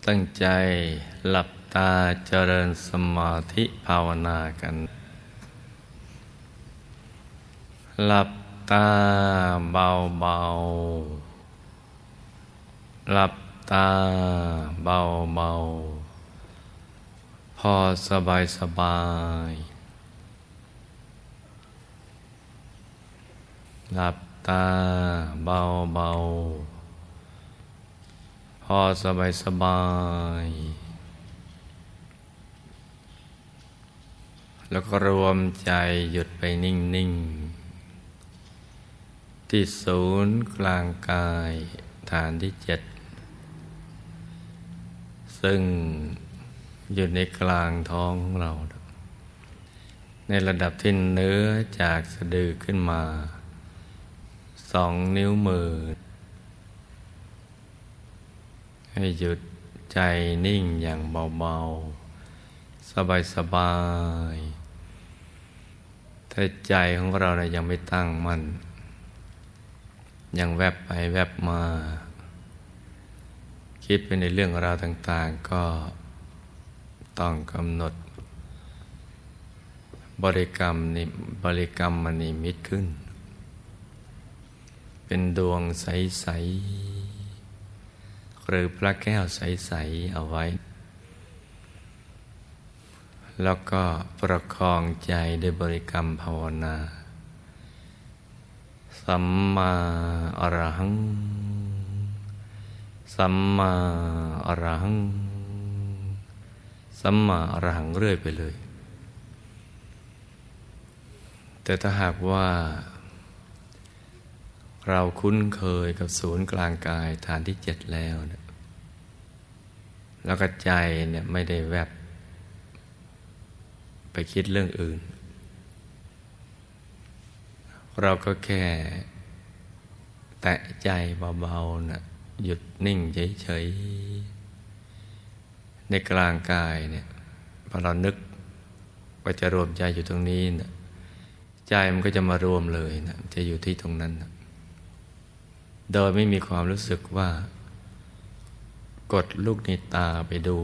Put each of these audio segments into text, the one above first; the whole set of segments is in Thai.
ตั้งใจหลับตาเจริญสมาธิภาวนากันหลับตาเบาๆหลับตาเบาๆพอสบายหลับตาเบาๆพอสบายแล้วก็รวมใจหยุดไปนิ่งๆที่ศูนย์กลางกายฐานที่7ซึ่งอยู่ในกลางท้องของเราในระดับที่เหนือจากสะดือขึ้นมา2 นิ้วมือให้หยุดใจนิ่งอย่างเบาๆสบายๆถ้าใจของเรายังไม่ตั้งมั่นยังแวบไปแวบมาคิดไปในเรื่องราวต่างๆก็ต้องกำหนดบริกรรมมนิมิตขึ้นเป็นดวงใสๆหรือพระแก้วใสๆเอาไว้แล้วก็ประคองใจด้วยบริกรรมภาวนาสัมมาอรหังสัมมาอรหังสัมมาอรหังเรื่อยไปเลยแต่ถ้าหากว่าเราคุ้นเคยกับศูนย์กลางกายฐานที่7แล้วแล้วก็ใจไม่ได้แวบไปคิดเรื่องอื่นเราก็แค่แตะใจเบาๆหยุดนิ่งเฉยๆในกลางกายพอเรานึกว่าจะรวมใจอยู่ตรงนี้ใจมันก็จะมารวมเลยจะอยู่ที่ตรงนั้นโดยไม่มีความรู้สึกว่ากดลูกในตาไปดู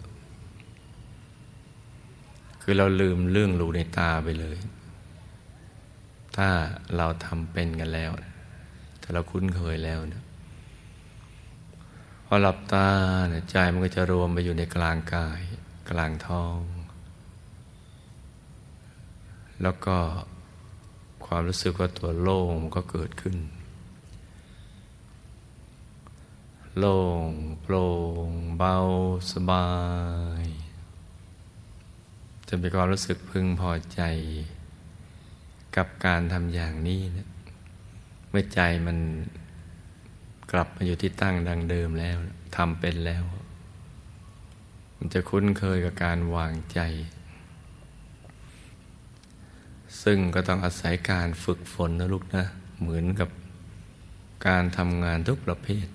คือเราลืมเรื่องลูกในตาไปเลยถ้าเราทำเป็นกันแล้วถ้าเราคุ้นเคยแล้วพอหลับตาใจมันก็จะรวมไปอยู่ในกลางกายกลางท้องแล้วก็ความรู้สึกว่าตัวโล่งก็เกิดขึ้นโล่งโปร่งเบาสบายจะมีความรู้สึกพึงพอใจกับการทำอย่างนี้เมื่อใจมันกลับมาอยู่ที่ตั้งดังเดิมแล้วทำเป็นแล้วมันจะคุ้นเคยกับการวางใจซึ่งก็ต้องอาศัยการฝึกฝนนะลูกนะเหมือนกับการทำงานทุกประเภท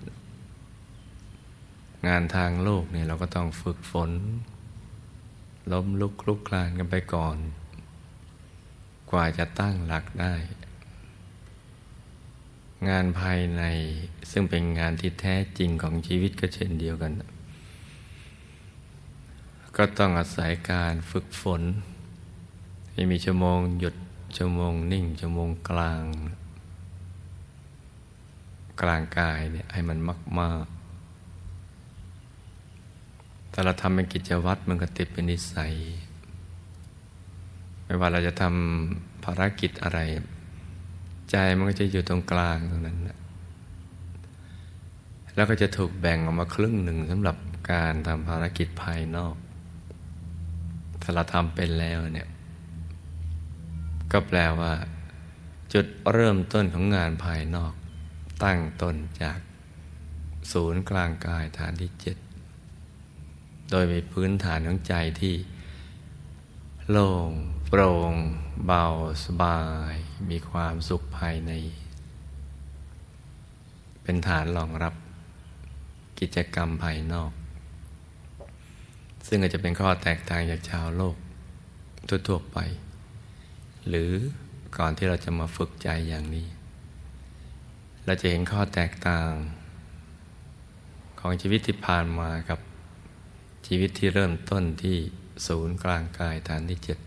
งานทางโลกเราก็ต้องฝึกฝนล้มลุกคลุกคลานกันไปก่อนกว่าจะตั้งหลักได้งานภายในซึ่งเป็นงานที่แท้จริงของชีวิตก็เช่นเดียวกันก็ต้องอาศัยการฝึกฝนให้มีชั่วโมงหยุดชั่วโมงนิ่งชั่วโมงกลางกายให้มันมากๆแต่เราทำเป็นกิจวัตรมันก็ติดเป็นนิสัยไม่ว่าเราจะทำภารกิจอะไรใจมันก็จะอยู่ตรงกลางตรงนั้นแล้วก็จะถูกแบ่งออกมาครึ่งหนึ่งสำหรับการทำภารกิจภายนอกถ้าเราทำเป็นแล้วก็แปลว่าจุดเริ่มต้นของงานภายนอกตั้งต้นจากศูนย์กลางกายฐานที่7โดยมีพื้นฐานของใจที่โล่งโปร่งเบาสบายมีความสุขภายในเป็นฐานรองรับกิจกรรมภายนอกซึ่งอาจจะเป็นข้อแตกต่างจากชาวโลกทั่วๆไปหรือก่อนที่เราจะมาฝึกใจอย่างนี้เราจะเห็นข้อแตกต่างของชีวิตที่ผ่านมากับชีวิตที่เริ่มต้นที่ศูนย์กลางกายฐานที่7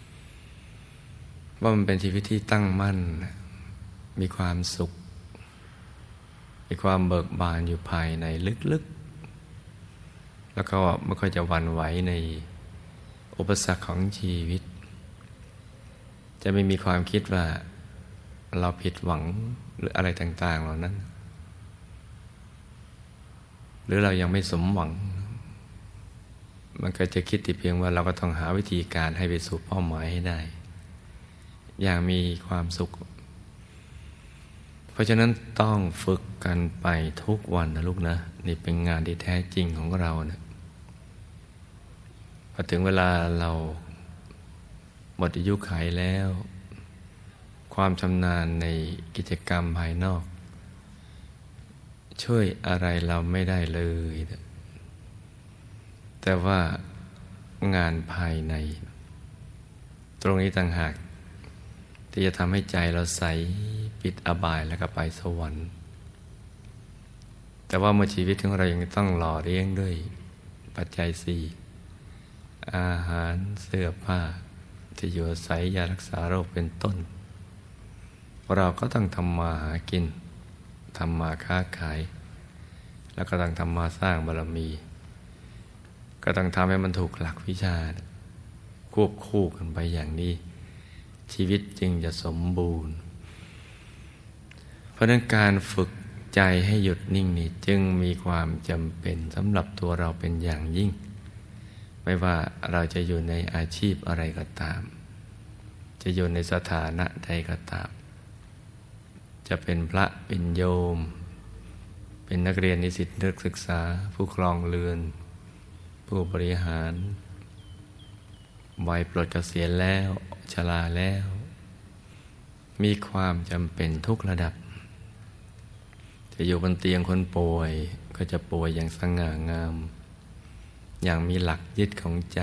ว่ามันเป็นชีวิตที่ตั้งมั่นมีความสุขมีความเบิกบานอยู่ภายในลึกๆแล้วก็ไม่ค่อยจะหวั่นไหวในอุปสรรคของชีวิตจะไม่มีความคิดว่าเราผิดหวังหรืออะไรต่างๆเหล่านั้นหรือเรายังไม่สมหวังมันก็จะคิดแต่เพียงว่าเราก็ต้องหาวิธีการให้ไปสู่เป้าหมายให้ได้อย่างมีความสุขเพราะฉะนั้นต้องฝึกกันไปทุกวันนะลูกนะนี่เป็นงานที่แท้จริงของเรานะพอถึงเวลาเราหมดอายุขัยแล้วความชำนาญในกิจกรรมภายนอกช่วยอะไรเราไม่ได้เลยแต่ว่างานภายในตรงนี้ต่างหากที่จะทำให้ใจเราใสปิดอบายแล้วก็ไปสวรรค์แต่ว่าเมื่อชีวิตของเรายังต้องหล่อเลี้ยงด้วยปัจจัย4อาหารเสื้อผ้าที่อยู่อาศัยยารักษาโรคเป็นต้นเราก็ต้องทำมาหากินทำมาค้าขายแล้วก็ต้องทำมาสร้างบารมีก็ต้องทำให้มันถูกหลักวิชาควบคู่กันไปอย่างนี้ชีวิตจึงจะสมบูรณ์เพราะนั้นการฝึกใจให้หยุดนิ่งนี่จึงมีความจำเป็นสำหรับตัวเราเป็นอย่างยิ่งไม่ว่าเราจะอยู่ในอาชีพอะไรก็ตามจะอยู่ในสถานะใดก็ตามจะเป็นพระเป็นโยมเป็นนักเรียนนิสิตนักศึกษาผู้ครองเรือนผู้บริหารวัยปลดเกษียณแล้วชราแล้วมีความจำเป็นทุกระดับจะอยู่บนเตียงคนป่วยก็จะป่วยอย่างสง่างามอย่างมีหลักยึดของใจ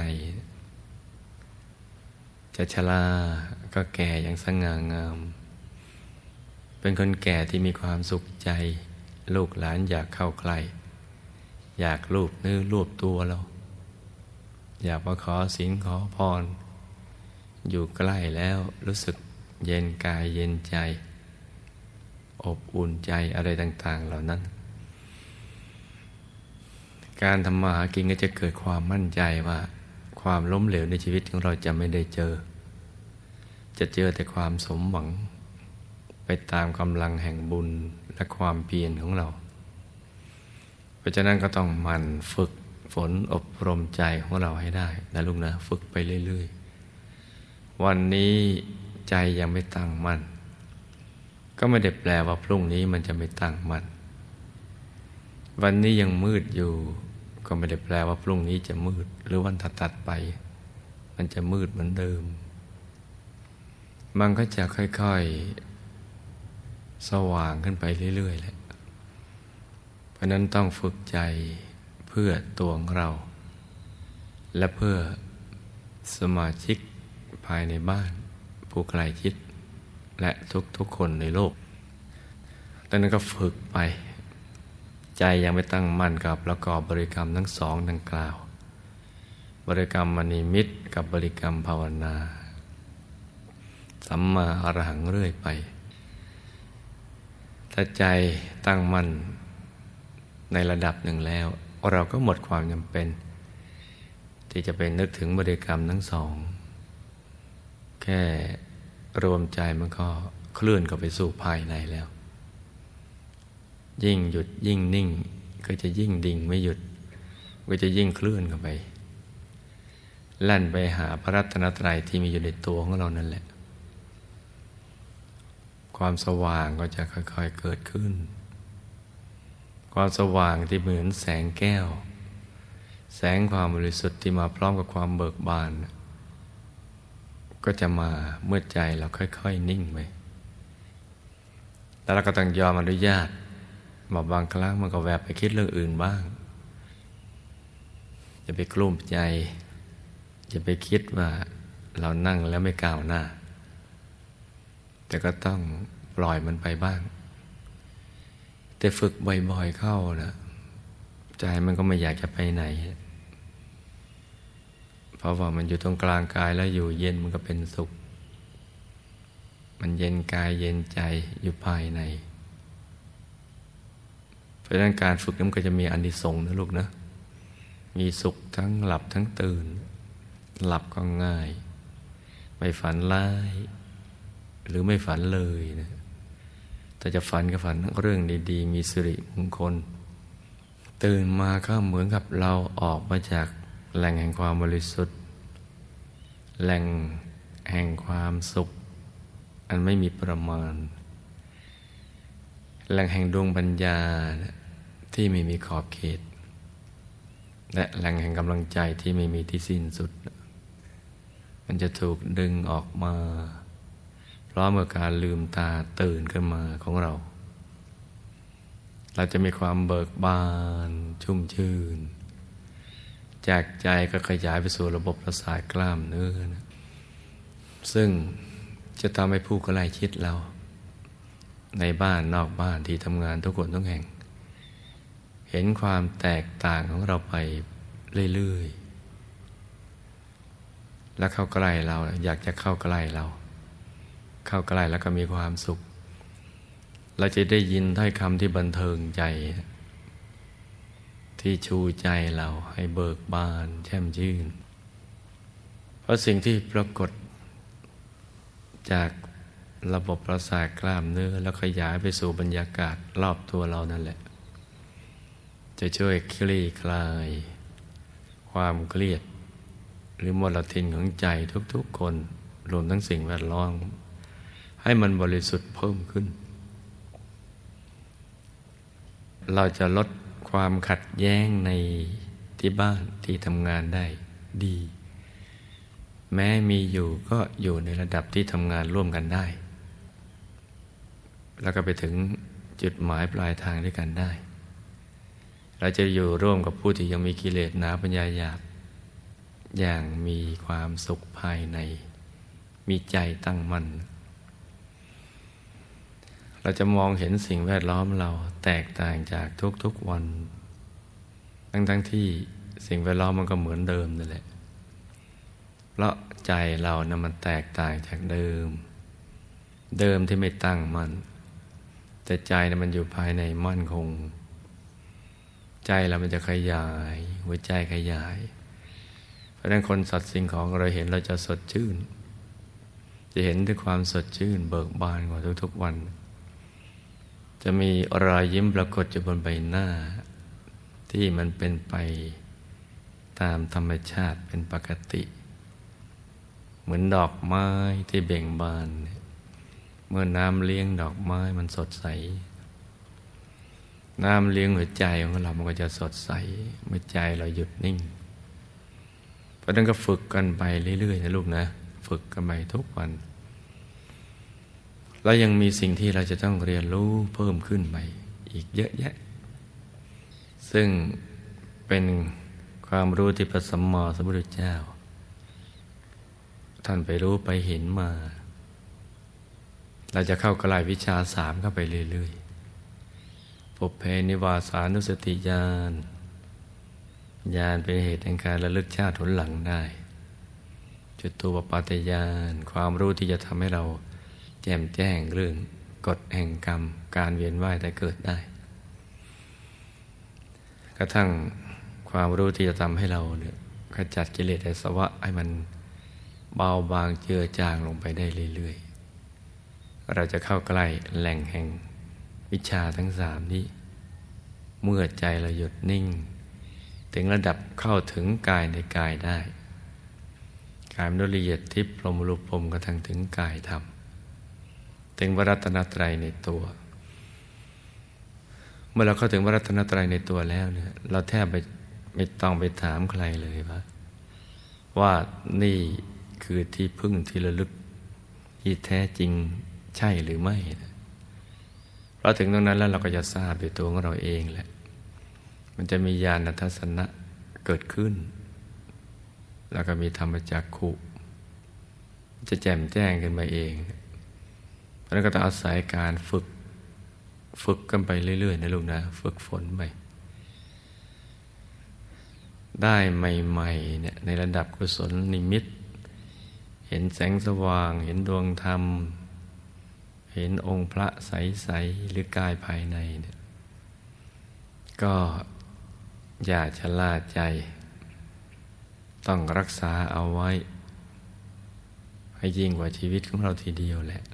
จะชราก็แก่อย่างสง่างามเป็นคนแก่ที่มีความสุขใจลูกหลานอยากเข้าใกล้อยากลูบเนื้อลูบตัวเราอยากมาขอศีลขอพรอยู่ใกล้แล้วรู้สึกเย็นกายเย็นใจอบอุ่นใจอะไรต่างๆเหล่านั้นการทำมาหากินก็จะเกิดความมั่นใจว่าความล้มเหลวในชีวิตของเราจะไม่ได้เจอจะเจอแต่ความสมหวังไปตามกำลังแห่งบุญและความเพียรของเราเพราะฉะนั้นก็ต้องหมั่นฝึกฝนอบรมใจของเราให้ได้นะลูกนะฝึกไปเรื่อยๆวันนี้ใจยังไม่ตั้งมั่นก็ไม่ได้แปลว่าพรุ่งนี้มันจะไม่ตั้งมั่นวันนี้ยังมืดอยู่ก็ไม่ได้แปลว่าพรุ่งนี้จะมืดหรือวันถัดๆไปมันจะมืดเหมือนเดิมมันก็จะค่อยๆสว่างขึ้นไปเรื่อยๆแหละเพราะนั้นต้องฝึกใจเพื่อตัวของเราและเพื่อสมาชิกภายในบ้านผู้ใกล้ชิดและทุกๆคนในโลกตอนนั้นก็ฝึกไปใจยังไม่ตั้งมั่นกับประกอบบริกรรมทั้งสองดังกล่าวบริกรรมมณีมิตรกับบริกรรมภาวนาสัมมาอรหังเรื่อยไปถ้าใจตั้งมั่นในระดับหนึ่งแล้วเราก็หมดความจำเป็นที่จะเป็นนึกถึงบริกรรมทั้งสองแค่รวมใจมันก็เคลื่อนเข้าไปสู่ภายในแล้วยิ่งหยุดยิ่งนิ่งก็จะยิ่งดิ่งไม่หยุดก็จะยิ่งเคลื่อนเข้าไปลั่นไปหาพระรัตนตรัยที่มีอยู่ในตัวของเรานั่นแหละความสว่างก็จะค่อยๆเกิดขึ้นความสว่างที่เหมือนแสงแก้วแสงความบริสุทธิ์ที่มาพร้อมกับความเบิกบานก็จะมาเมื่อใจเราค่อยๆนิ่งไปแล้วเราก็ต้องยอมอนุญาตมาบางครั้งมันก็แวบไปคิดเรื่องอื่นบ้างอย่าไปกลุ้มใจอย่าไปคิดว่าเรานั่งแล้วไม่ก้าวหน้าแต่ก็ต้องปล่อยมันไปบ้างแต่ฝึกบ่อยๆเข้านะใจมันก็ไม่อยากจะไปไหนราะว่ามันอยู่ตรงกลางกายแล้วอยู่เย็นมันก็เป็นสุขมันเย็นกายเย็นใจอยู่ภายในเพราะฉะนั้นการฝึกนั้นก็จะมีอานิสงส์นะลูกนะมีสุขทั้งหลับทั้งตื่นหลับก็ง่ายไม่ฝันร้ายหรือไม่ฝันเลยนะแต่จะฝันก็ฝันเรื่องดีๆมีสิริมงคลตื่นมาก็เหมือนกับเราออกมาจากแหล่งแห่งความบริสุทธิ์แหล่งแห่งความสุขอันไม่มีประมาณแหล่งแห่งดวงปัญญาที่ไม่มีขอบเขตและแหล่งแห่งกำลังใจที่ไม่มีที่สิ้นสุดมันจะถูกดึงออกมาเพราะเมื่อการลืมตาตื่นขึ้นมาของเราจะมีความเบิกบานชุ่มชื่นจากใจก็ขยายไปสู่ระบบประสาทกล้ามเนื้อนะซึ่งจะทำให้ผู้ใกล้ชิดเราในบ้านนอกบ้านที่ทำงานทุกคนทุกแห่งเห็นความแตกต่างของเราไปเรื่อยๆและเข้าใกล้เราอยากจะเข้าใกล้เราเข้าใกล้แล้วก็มีความสุขเราจะได้ยินถ้อยคำที่บันเทิงใจที่ชูใจเราให้เบิกบานแช่มชื่นเพราะสิ่งที่ปรากฏจากระบบประสาทกล้ามเนื้อแล้วขยายไปสู่บรรยากาศรอบตัวเรานั่นแหละจะช่วยคลี่คลายความเครียดหรือมลทินของใจทุกๆคนรวมทั้งสิ่งแวดล้อมให้มันบริสุทธิ์เพิ่มขึ้นเราจะลดความขัดแย้งในที่บ้านที่ทำงานได้ดีแม้มีอยู่ก็อยู่ในระดับที่ทำงานร่วมกันได้แล้วก็ไปถึงจุดหมายปลายทางด้วยกันได้เราจะอยู่ร่วมกับผู้ที่ยังมีกิเลสหนาปัญญาหยาบอย่างมีความสุขภายในมีใจตั้งมั่นเราจะมองเห็นสิ่งแวดล้อมเราแตกต่างจากทุกๆวันทั้งที่สิ่งแวดล้อมมันก็เหมือนเดิมนั่นแหละเพราะใจเรานะมันแตกต่างจากเดิมที่ไม่ตั้งมั่นแต่ใจนะมันอยู่ภายในมั่นคงใจเรามันจะขยายหัวใจขยายเพราะฉะนั้นคนสัตว์สิ่งของเราเห็นเราจะสดชื่นจะเห็นด้วยความสดชื่นเบิกบานกว่าทุกๆวันจะมีรอยยิ้มปรากฏอยู่บนใบหน้าที่มันเป็นไปตามธรรมชาติเป็นปกติเหมือนดอกไม้ที่เบ่งบานเมื่อน้ำเลี้ยงดอกไม้มันสดใสน้ำเลี้ยงหัวใจของเรามันก็จะสดใสเมื่อใจเราหยุดนิ่งเพราะนั้นก็ฝึกกันไปเรื่อยๆนะลูกนะฝึกกันไปทุกวันแล้วยังมีสิ่งที่เราจะต้องเรียนรู้เพิ่มขึ้นไปอีกเยอะแยะซึ่งเป็นความรู้ที่พระสัมมาสัมพุทธเจ้าท่านไปรู้ไปเห็นมาเราจะเข้ากลายวิชา3เข้าไปเรื่อยๆปุพเพนิวาสานุสติญาณญาณเป็นเหตุแห่งการระลึกชาติหนหลังได้จุตูปปาตญาณความรู้ที่จะทำให้เราแจ่มแจ้งเรื่องกฎแห่งกรรมการเวียนว่ายแต่เกิดได้กระทั่งความรู้ที่จะทำให้เราเนี่ยขจัดกิเลสอาสวะให้มันเบาบางเจือจางลงไปได้เรื่อยๆเราจะเข้าใกล้แหล่งแห่งวิชาทั้ง3นี้เมื่อใจเราหยุดนิ่งถึงระดับเข้าถึงกายในกายได้กายมนุษย์ละเอียดทิพย์พรหมรูปพรหมกระทั่งถึงกายธรรมถึงพระรัตนตรัยในตัวเมื่อเราเข้าถึงพระรัตนตรัยในตัวแล้วเนี่ยเราแทบไม่ต้องไปถามใครเลยว่านี่คือที่พึ่งที่ระลึกที่แท้จริงใช่หรือไม่เพราะถึงตรงนั้นแล้วเราก็จะทราบด้วยตัวของเราเองแหละมันจะมีญาณทัศนะเกิดขึ้นแล้วก็มีธรรมจักขุจะแจ่มแจ้งขึ้นมาเองเพราะนั้นก็ต้องอาศัยการฝึกกันไปเรื่อยๆนะลูกนะฝึกฝนไปได้ใหม่ๆเนี่ยในระดับกุศลนิมิตเห็นแสงสว่างเห็นดวงธรรมเห็นองค์พระใสๆหรือกายภายในเนี่ยก็อย่าชะล่าใจต้องรักษาเอาไว้ให้ยิ่งกว่าชีวิตของเราทีเดียวแหละ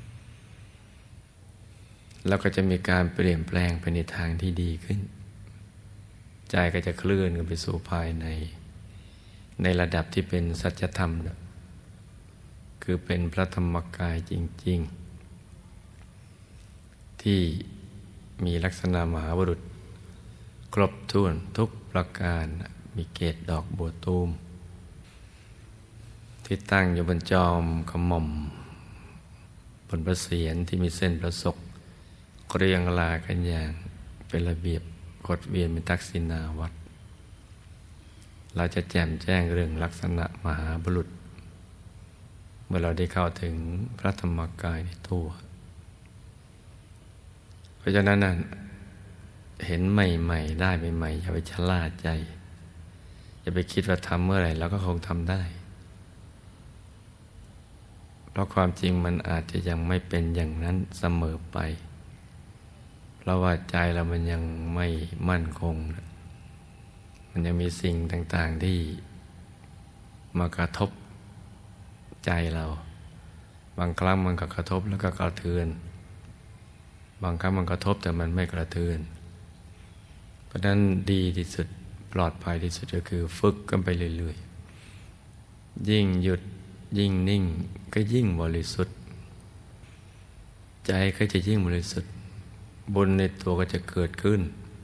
แล้วก็จะมีการเปลี่ยนแปลงไปในทางที่ดีขึ้นใจก็จะเคลื่อนกันไปสู่ภายในระดับที่เป็นสัจธรรมคือเป็นพระธรรมกายจริงๆที่มีลักษณะมหาบุรุษครบถ้วนทุกประการมีเกศดอกบัวตูมที่ตั้งอยู่บนจอมขมอมบนพระเศียรที่มีเส้นประศกเรียงรายกันอย่างเป็นระเบียบกฎเวียนเป็นทักษิณาวัตรเราจะแจ่มแจ้งเรื่องลักษณะมหาบุรุษเมื่อเราได้เข้าถึงพระธรรมกายในตัวเพราะฉะนั้นเห็นใหม่ๆได้ใหม่ๆอย่าไปชะล่าใจอย่าไปคิดว่าทำเมื่อไหร่เราก็คงทำได้เพราะความจริงมันอาจจะยังไม่เป็นอย่างนั้นเสมอไปเพราะว่าใจเรามันยังไม่มั่นคงมันยังมีสิ่งต่างๆที่มากระทบใจเราบางครั้งมันก็กระทบแล้วก็กระเทือนบางครั้งมันกระทบแต่มันไม่กระเทือนเพราะนั้นดีที่สุดปลอดภัยที่สุดก็คือฝึกกันไปเรื่อยๆยิ่งหยุดยิ่งนิ่งก็ยิ่งบริสุทธิ์ใจก็จะยิ่งบริสุทธิ์บุญในตัวก็จะเกิดขึ้น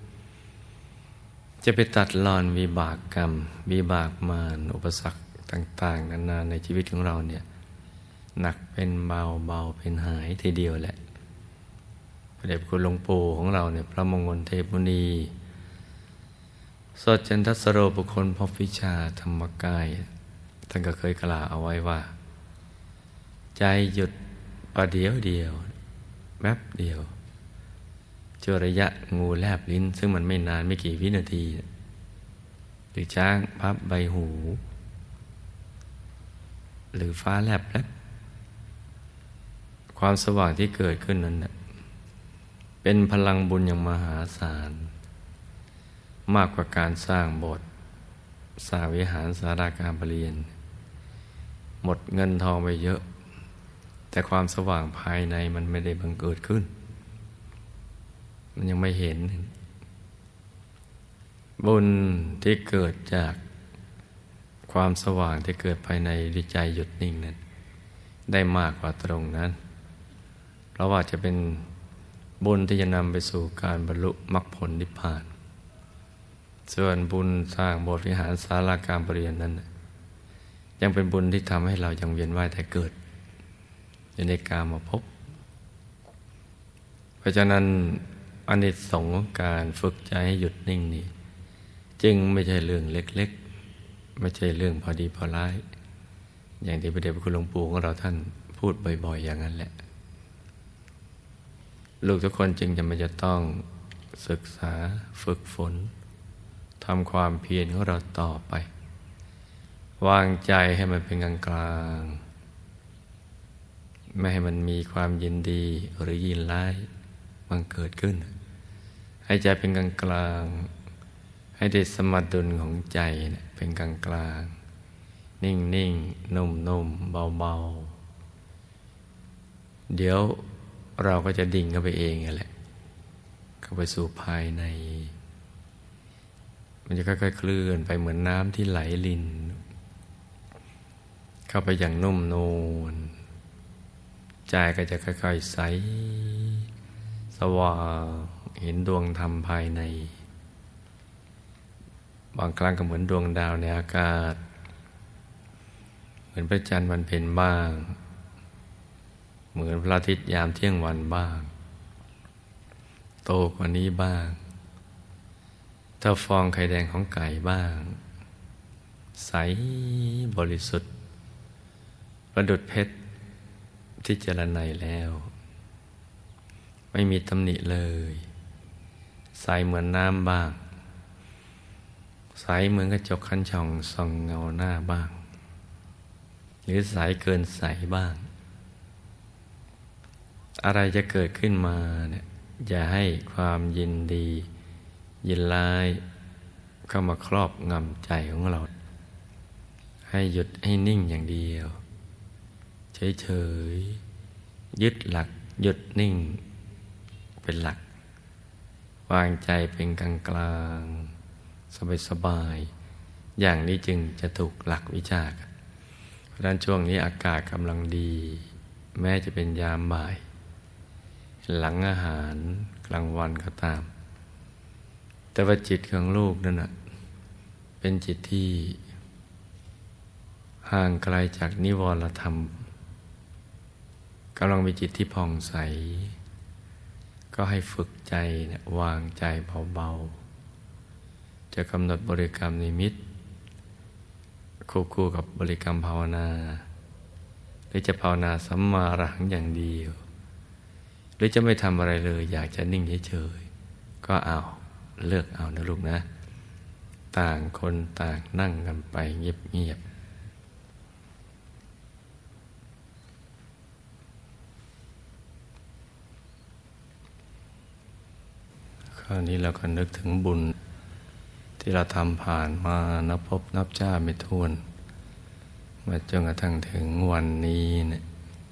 จะไปตัดรอนวิบากกรรมวิบากมารอุปสรรคต่างๆนานาในชีวิตของเราเนี่ยหนักเป็นเบาเบาเป็นหายทีเดียวแหละพระเดชพระคุณหลวงปู่ของเราเนี่ยพระมงคลเทพมุนีสดจันทสโรบุคคลพบวิชาธรรมกายท่านก็เคยกล่าวเอาไว้ว่าใจหยุดประเดี๋ยวเดียวแวบเดียวชั่วระยะงูแลบลิ้นซึ่งมันไม่นานไม่กี่วินาทีหรือช้างพับใบหูหรือฟ้าแลบความสว่างที่เกิดขึ้นนั้นเป็นพลังบุญอย่างมหาศาลมากกว่าการสร้างโบสถ์สร้างวิหารศาลาการประเรียนหมดเงินทองไปเยอะแต่ความสว่างภายในมันไม่ได้บังเกิดขึ้นมันยังไม่เห็นบุญที่เกิดจากความสว่างที่เกิดภายในดิใจหยุดนิ่งนั้นได้มากกว่าตรงนั้นเพราะว่าจะเป็นบุญที่จะนำไปสู่การบรรลุมรรคผลนิพพานส่วนบุญสร้างโบสถ์วิหารศาลาการประเรียนนั้นยังเป็นบุญที่ทำให้เรายังเวียนว่ายแต่เกิดอยู่ในกามภพเพราะฉะนั้นอานิสงส์ของการฝึกใจให้หยุดนิ่งนี่จึงไม่ใช่เรื่องเล็กๆไม่ใช่เรื่องพอดีพอร้ายอย่างที่พระเดชพระคุณหลวงปู่ของเราท่านพูดบ่อยๆอย่างนั้นแหละลูกทุกคนจึงจะต้องศึกษาฝึกฝนทำความเพียรของเราต่อไปวางใจให้มันเป็นกลางๆไม่ให้มันมีความยินดีหรือยินร้ายมันเกิดขึ้นให้ใจเป็นกลางๆให้ได้สมดุลของใจเป็นกลางๆนิ่งๆนุ่มๆเบาๆเดี๋ยวเราก็จะดิ่งเข้าไปเองแหละเข้าไปสู่ภายในมันจะค่อยๆเคลื่อนไปเหมือนน้ำที่ไหลลินเข้าไปอย่างนุ่มนวลใจก็จะค่อยๆใสสว่างเห็นดวงธรรมภายในบางครั้งก็เหมือนดวงดาวในอากาศเหมือนพระจันทร์วันเพ็ญบ้างเหมือนพระอาทิตย์ยามเที่ยงวันบ้างโตกว่านี้บ้างเท่าฟองไข่แดงของไก่บ้างใสบริสุทธิ์ประดุจเพชรที่เจรไนแล้วไม่มีตำหนิเลยใสเหมือนน้ำบ้างใสเหมือนกระจกคันช่องส่องเงาหน้าบ้างหรือใสเกินใสบ้างอะไรจะเกิดขึ้นมาเนี่ยอย่าให้ความยินดียินร้ายเข้ามาครอบงำใจของเราให้หยุดให้นิ่งอย่างเดียวเฉยๆยึดหลักหยุดนิ่งเป็นหลักวางใจเป็นกลางกลางสบายๆอย่างนี้จึงจะถูกหลักวิชากันเพราะฉะนั้นช่วงนี้อากาศกำลังดีแม้จะเป็นยามบ่ายหลังอาหารกลางวันก็ตามแต่ว่าจิตของลูกนั่นน่ะเป็นจิตที่ห่างไกลจากนิวรธรรมกำลังมีจิตที่ผ่องใสก็ให้ฝึกใจเนี่ยวางใจเบาๆจะกำหนดบริกรรมนิมิตคู่กับบริกรรมภาวนาหรือจะภาวนาสัมมาอรหังอย่างเดียวหรือจะไม่ทำอะไรเลยอยากจะนิ่งเฉยๆก็เอาเลือกเอานะลูกนะต่างคนต่างนั่งกันไปเงียบๆคราวนี้เราก็นึกถึงบุญที่เราทำผ่านมานับพบนับชาติไม่ถ้วนมาจนกระทั่งถึงวันนี้เนี่ย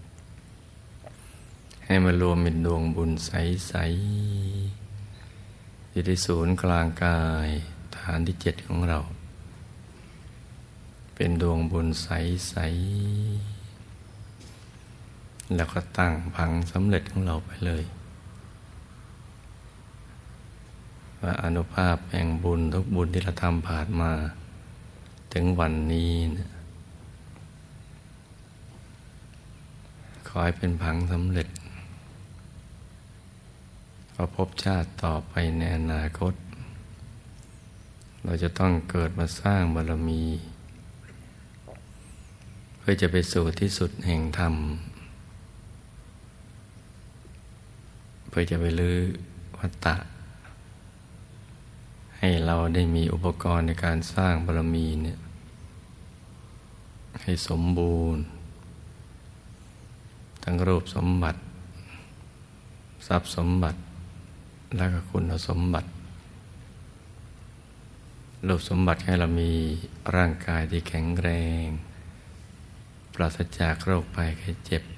ให้มารวมเป็นดวงบุญใสๆอยู่ที่ศูนย์กลางกายฐานที่ 7ของเราเป็นดวงบุญใสๆแล้วก็ตั้งพังสำเร็จของเราไปเลยว่าอานุภาพแห่งบุญทุกบุญที่เราทำผ่านมาถึงวันนี้นะขอให้เป็นพังสำเร็จพอพบชาติต่อไปในอนาคตเราจะต้องเกิดมาสร้างบารมีเพื่อจะไปสู่ที่สุดแห่งธรรมเพื่อจะไปลื้อวัฏฏะให้เราได้มีอุปกรณ์ในการสร้างบารมีเนี่ยให้สมบูรณ์ทั้งรูปสมบัติทรัพย์สมบัติและก็คุณสมบัติรูปสมบัติให้เรามีร่างกายที่แข็งแรงปราศจากโรคภัยไข้เจ็บ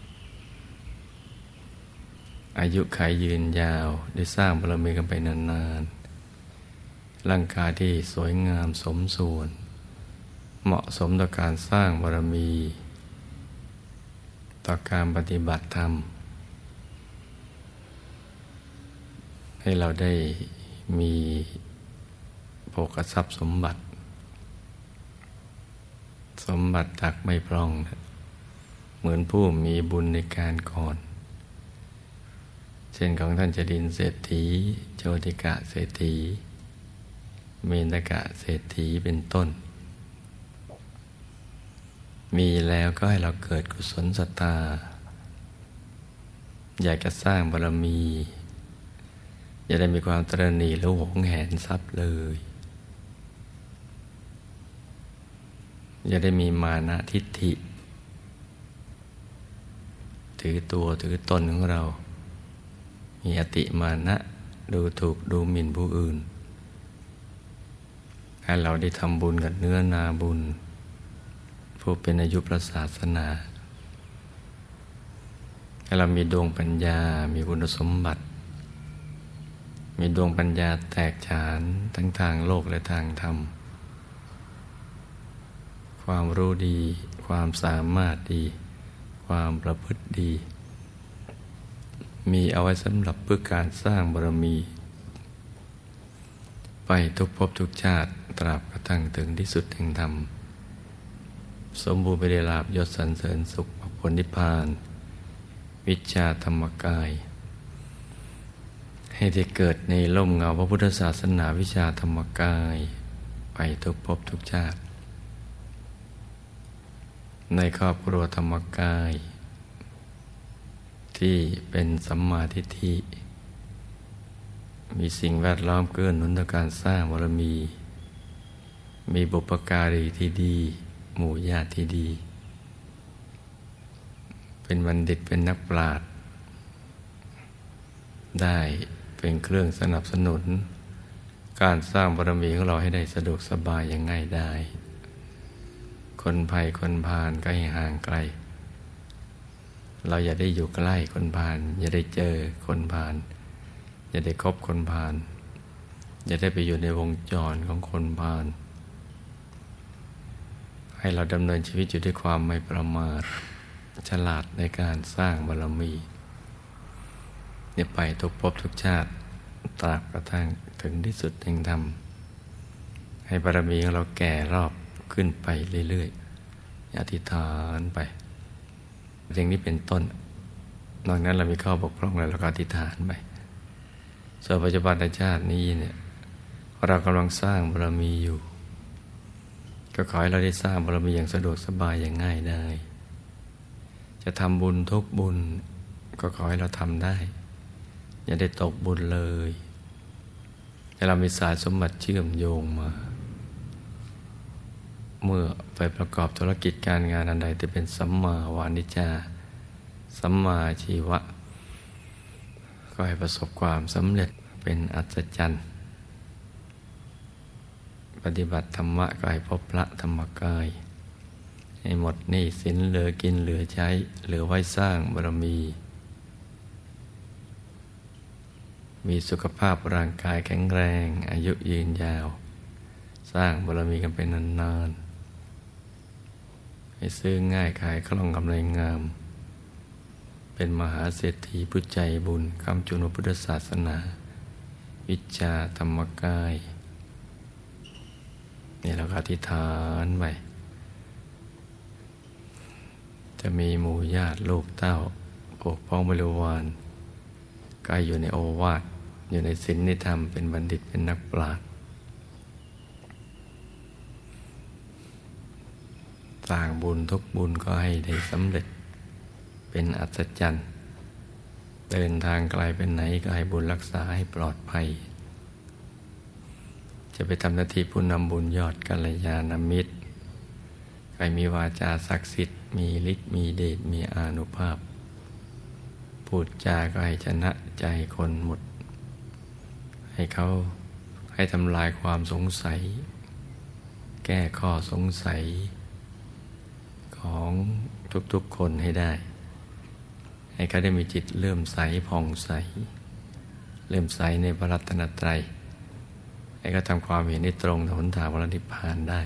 อายุขัยยืนยาวได้สร้างบารมีกันไปนานๆร่างกายที่สวยงามสมส่วนเหมาะสมต่อการสร้างบารมีต่อการปฏิบัติธรรมให้เราได้มีโภคทรัพย์สมบัติตักไม่พร่องเหมือนผู้มีบุญในการก่อนเช่นของท่านจดินเศรษฐีโชติกะเศรษฐีเมนกะเศรษฐีเป็นต้นมีแล้วก็ให้เราเกิดกุศลศรัทธาอยากจะสร้างบารมีอย่าได้มีความตระหนี่หรือหวงแหนทรัพย์เลยอย่าได้มีมานะทิฏฐิถือตัวถือตนของเรามีอติมานะดูถูกดูหมิ่นผู้อื่นให้เราได้ทำบุญกับเนื้อนาบุญผู้เป็นอายุพระศาสนาให้เรามีดวงปัญญามีคุณสมบัติมีดวงปัญญาแตกฉานทั้งทางโลกและทางธรรมความรู้ดีความสามารถดีความประพฤติดีมีเอาไว้สำหรับเพื่อการสร้างบารมีไปทุกภพทุกชาติตราบกระทั่งถึงที่สุดแห่งธรรมสมบูรณ์ไปด้วยลาภยศสรรเสริญสุขผลนิพพานวิชาธรรมกายให้ได้เกิดในร่มเงาพระพุทธศาสนาวิชาธรรมกายไปทุกภพทุกชาติในครอบครัวธรรมกายที่เป็นสัมมาทิฏฐิมีสิ่งแวดล้อมเกื้อหนุนต่อการสร้างบารมีมีบุพการีที่ดีหมู่ญาติที่ดีเป็นบัณฑิตเป็นนักปราชญ์ได้เป็นเครื่องสนับสนุนการสร้างบารมีของเราให้ได้สะดวกสบายอย่างง่ายได้คนภัยคนพาลก็ให้ห่างไกลเราอย่าได้อยู่ใกล้คนพาลอย่าได้เจอคนพาลอย่าได้คบคนพาลอย่าได้ไปอยู่ในวงจรของคนพาลให้เราดำเนินชีวิตอยู่ด้วยความไม่ประมาทฉลาดในการสร้างบารมีเนี่ยไปทุกภพทุกชาติตราบกระทั่งถึงที่สุดแห่งธรรมให้บารมีของเราแก่รอบขึ้นไปเรื่อยๆอธิษฐานไปอย่างนี้เป็นต้นนอกนั้นเรามีข้อบกพร่องแล้วเราก็อธิษฐานไปส่วนปัจจุบันชาตินี้เนี่ยเรากำลังสร้างบารมีอยู่ก็ขอให้เราได้สร้างบารมีอย่างสะดวกสบายอย่างง่ายได้จะทำบุญทุกบุญก็ขอให้เราทำได้อย่าได้ตกบุญเลยให้เรามีสายสมบัติเชื่อมโยงมาเมื่อไปประกอบธุรกิจการงานอันใดที่เป็นสัมมาวานิจาสัมมาชีวะก็ให้ประสบความสำเร็จเป็นอัศจรรย์ปฏิบัติธรรมะก็ให้พบพระธรรมกายให้หมดหนี้สินเหลือกินเหลือใช้เหลือไว้สร้างบารมีมีสุขภาพร่างกายแข็งแรงอายุยืนยาวสร้างบารมีกันเป็นนานๆให้ซื้อง่ายขายคล่องกำไรงามเป็นมหาเศรษฐีผู้ใจบุญคำจุนพุทธศาสนาวิชาธรรมกายนี่เราก็อธิษฐานไปจะมีหมู่ญาติลูกเต้าปกป้องบริวารก็อยู่ในโอวาทอยู่ในศีลในธรรมเป็นบัณฑิตเป็นนักปราชญ์สร้างบุญทุกบุญก็ให้ได้สำเร็จเป็นอัศจรรย์เดินทางไกลเป็นไหนก็ให้บุญรักษาให้ปลอดภัยจะไปทำหน้าที่ผู้นำบุญยอดกัลยาณมิตรใครมีวาจาศักดิ์สิทธิ์มีฤทธิ์มีเดชมีอานุภาพพูดจาก็ให้ชนะใจคนหมดให้เขาให้ทำลายความสงสัยแก้ข้อสงสัยของทุกๆคนให้ได้ให้เขาได้มีจิตเลื่อมใสผ่องใสเลื่อมใสในพระรัตนตรัยให้เขาทำความเห็นในตรงต่อหนทางพระนิพพานได้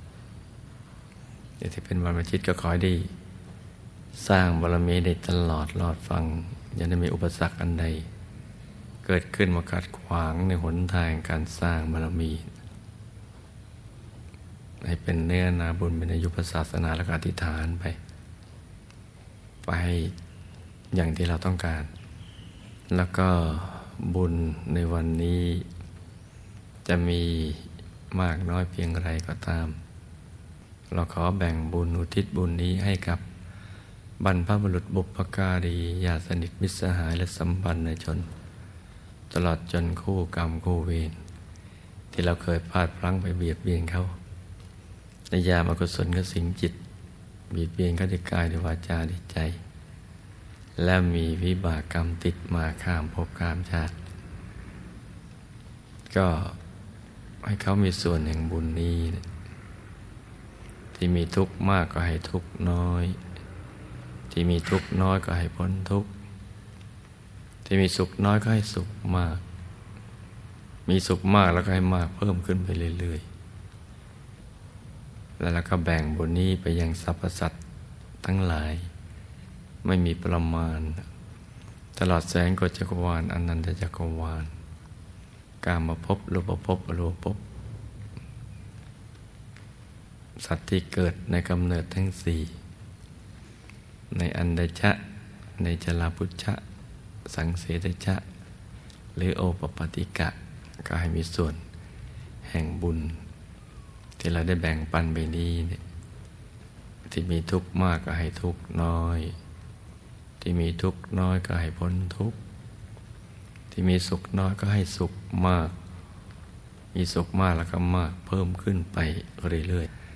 เดี๋ยวที่เป็นบรรพชิตก็ขอให้ได้สร้างบารมีได้ตลอดรอดฟังอย่าได้มีอุปสรรคอันใดเกิดขึ้นมาขัดขวางในหนทางการสร้างบารมีให้เป็นเนื้อนาบุญเป็นอายุพระศาสนาและอธิษฐานไปอย่างที่เราต้องการแล้วก็บุญในวันนี้จะมีมากน้อยเพียงไรก็ตามเราขอแบ่งบุญอุทิศบุญนี้ให้กับบรรพบุรุษบุพการีญาติสนิทมิตรสหายและสัมพันธ์ในชนตลอดจนคู่กรรมคู่เวรที่เราเคยพลาดพลั้งไปเบียดเบียนเขาในยามอกุศลก็สิงจิตเบียดเบียนเขาด้วยกายด้วยวาจาด้วยใจและมีวิบากกรรมติดมาข้ามภพข้ามชาติก็ให้เขามีส่วนแห่งบุญนี้ที่มีทุกข์มากก็ให้ทุกข์น้อยที่มีทุกข์น้อยก็ให้พ้นทุกข์ที่มีสุขน้อยก็ให้สุขมากมีสุขมากแล้วก็ให้มากเพิ่มขึ้นไปเรื่อยๆแล้วเราก็แบ่งบุญนี้ไปยังสรรพสัตว์ทั้งหลายไม่มีประมาณตลอดแสงกฎจักรวาลอนันตจักรวาลกามภพรูปภพอรูปภพสัตว์ที่เกิดในกำเนิดทั้งสี่ในอันเดชะในจลาพุชชะสังเสทชะหรือโอปปาติกะก็ให้มีส่วนแห่งบุญที่เราได้แบ่งปันไปนี้ที่มีทุกข์มากก็ให้ทุกข์น้อยที่มีทุกข์น้อยก็ให้พ้นทุกข์ที่มีสุขน้อยก็ให้สุขมากมีสุขมากแล้วก็มากเพิ่มขึ้นไปเรื่อย